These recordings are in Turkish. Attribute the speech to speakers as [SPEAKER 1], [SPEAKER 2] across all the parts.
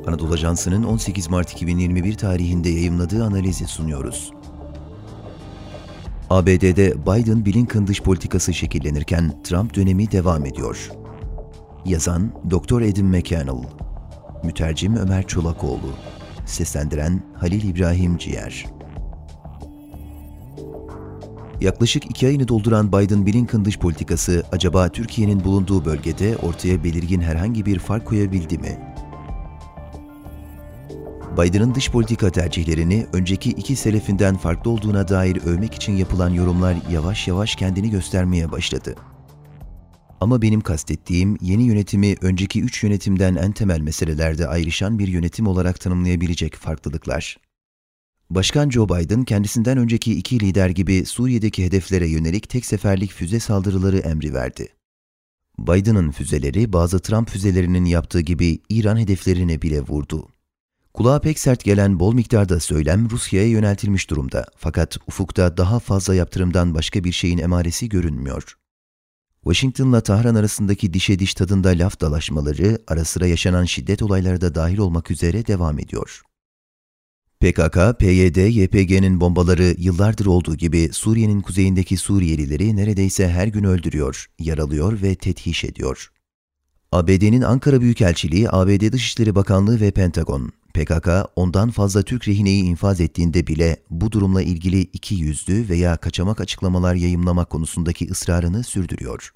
[SPEAKER 1] Anadolu Ajansı'nın 18 Mart 2021 tarihinde yayımladığı analizi sunuyoruz. ABD'de Biden-Blinken dış politikası şekillenirken Trump dönemi devam ediyor. Yazan Dr. Adam McConnell, mütercim Ömer Çolakoğlu, seslendiren Halil İbrahim Ciğer. Yaklaşık 2 ayını dolduran Biden-Blinken dış politikası acaba Türkiye'nin bulunduğu bölgede ortaya belirgin herhangi bir fark koyabildi mi? Biden'ın dış politika tercihlerini önceki iki selefinden farklı olduğuna dair övmek için yapılan yorumlar yavaş yavaş kendini göstermeye başladı. Ama benim kastettiğim yeni yönetimi önceki 3 yönetimden en temel meselelerde ayrışan bir yönetim olarak tanımlayabilecek farklılıklar. Başkan Joe Biden kendisinden önceki iki lider gibi Suriye'deki hedeflere yönelik tek seferlik füze saldırıları emri verdi. Biden'ın füzeleri bazı Trump füzelerinin yaptığı gibi İran hedeflerine bile vurdu. Kulağa pek sert gelen bol miktarda söylem Rusya'ya yöneltilmiş durumda, fakat ufukta daha fazla yaptırımdan başka bir şeyin emaresi görünmüyor. Washington'la Tahran arasındaki dişe diş tadında laf dalaşmaları, ara sıra yaşanan şiddet olayları da dahil olmak üzere devam ediyor. PKK, PYD, YPG'nin bombaları yıllardır olduğu gibi Suriye'nin kuzeyindeki Suriyelileri neredeyse her gün öldürüyor, yaralıyor ve tethiş ediyor. ABD'nin Ankara Büyükelçiliği, ABD Dışişleri Bakanlığı ve Pentagon, PKK ondan fazla Türk rehineyi infaz ettiğinde bile bu durumla ilgili ikiyüzlü veya kaçamak açıklamalar yayımlamak konusundaki ısrarını sürdürüyor.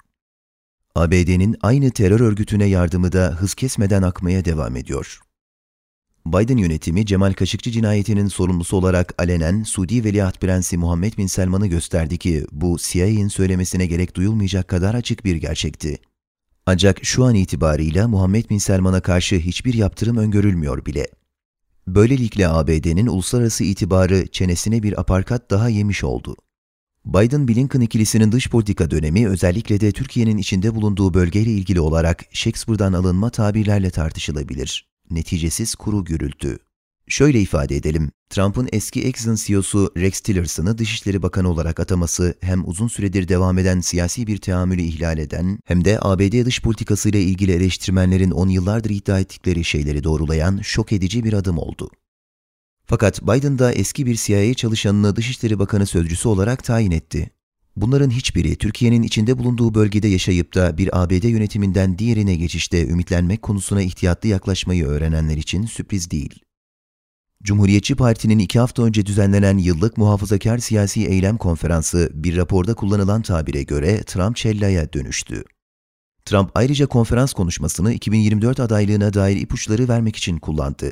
[SPEAKER 1] ABD'nin aynı terör örgütüne yardımı da hız kesmeden akmaya devam ediyor. Biden yönetimi Cemal Kaşıkçı cinayetinin sorumlusu olarak alenen Suudi Veliaht Prensi Muhammed Bin Selman'ı gösterdi ki bu CIA'nin söylemesine gerek duyulmayacak kadar açık bir gerçekti. Ancak şu an itibarıyla Muhammed Bin Selman'a karşı hiçbir yaptırım öngörülmüyor bile. Böylelikle ABD'nin uluslararası itibarı çenesine bir aparkat daha yemiş oldu. Biden-Blinken ikilisinin dış politika dönemi özellikle de Türkiye'nin içinde bulunduğu bölgeyle ilgili olarak Shakespeare'dan alınma tabirlerle tartışılabilir. Neticesiz kuru gürültü. Şöyle ifade edelim, Trump'ın eski Exxon CEO'su Rex Tillerson'ı Dışişleri Bakanı olarak ataması hem uzun süredir devam eden siyasi bir teamülü ihlal eden hem de ABD dış politikasıyla ilgili eleştirmenlerin 10 yıllardır iddia ettikleri şeyleri doğrulayan şok edici bir adım oldu. Fakat Biden da eski bir CIA çalışanını Dışişleri Bakanı sözcüsü olarak tayin etti. Bunların hiçbiri Türkiye'nin içinde bulunduğu bölgede yaşayıp da bir ABD yönetiminden diğerine geçişte ümitlenmek konusuna ihtiyatlı yaklaşmayı öğrenenler için sürpriz değil. Cumhuriyetçi Parti'nin 2 hafta önce düzenlenen yıllık muhafazakar siyasi eylem konferansı bir raporda kullanılan tabire göre Trump-Cella'ya dönüştü. Trump ayrıca konferans konuşmasını 2024 adaylığına dair ipuçları vermek için kullandı.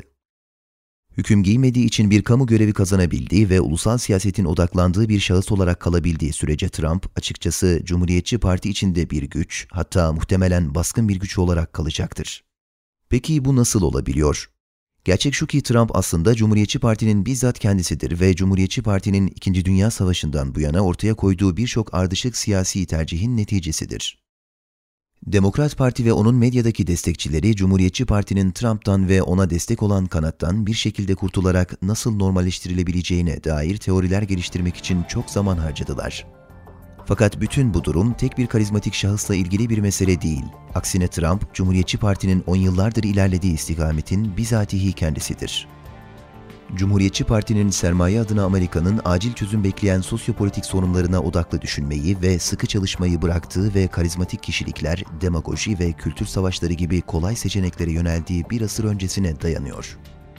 [SPEAKER 1] Hüküm giymediği için bir kamu görevi kazanabildiği ve ulusal siyasetin odaklandığı bir şahıs olarak kalabildiği sürece Trump, açıkçası Cumhuriyetçi Parti içinde bir güç, hatta muhtemelen baskın bir güç olarak kalacaktır. Peki bu nasıl olabiliyor? Gerçek şu ki Trump aslında Cumhuriyetçi Parti'nin bizzat kendisidir ve Cumhuriyetçi Parti'nin 2. Dünya Savaşı'ndan bu yana ortaya koyduğu birçok ardışık siyasi tercihin neticesidir. Demokrat Parti ve onun medyadaki destekçileri Cumhuriyetçi Parti'nin Trump'tan ve ona destek olan kanattan bir şekilde kurtularak nasıl normalleştirilebileceğine dair teoriler geliştirmek için çok zaman harcadılar. Fakat bütün bu durum tek bir karizmatik şahısla ilgili bir mesele değil. Aksine Trump, Cumhuriyetçi Parti'nin 10 yıllardır ilerlediği istikametin bizatihi kendisidir. Cumhuriyetçi Parti'nin sermaye adına Amerika'nın acil çözüm bekleyen sosyopolitik sorunlarına odaklı düşünmeyi ve sıkı çalışmayı bıraktığı ve karizmatik kişilikler, demagoji ve kültür savaşları gibi kolay seçeneklere yöneldiği bir asır öncesine dayanıyor.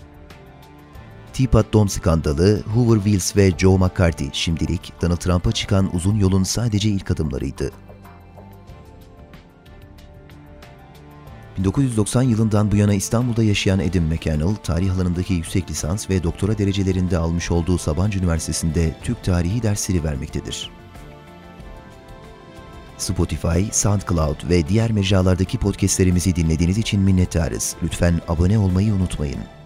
[SPEAKER 1] Teapot Dome skandalı, Hoover Wills ve Joe McCarthy şimdilik Donald Trump'a çıkan uzun yolun sadece ilk adımlarıydı. 1990 yılından bu yana İstanbul'da yaşayan Adam McConnell, tarih alanındaki yüksek lisans ve doktora derecelerinde almış olduğu Sabancı Üniversitesi'nde Türk tarihi dersleri vermektedir. Spotify, SoundCloud ve diğer mecralardaki podcastlerimizi dinlediğiniz için minnettarız. Lütfen abone olmayı unutmayın.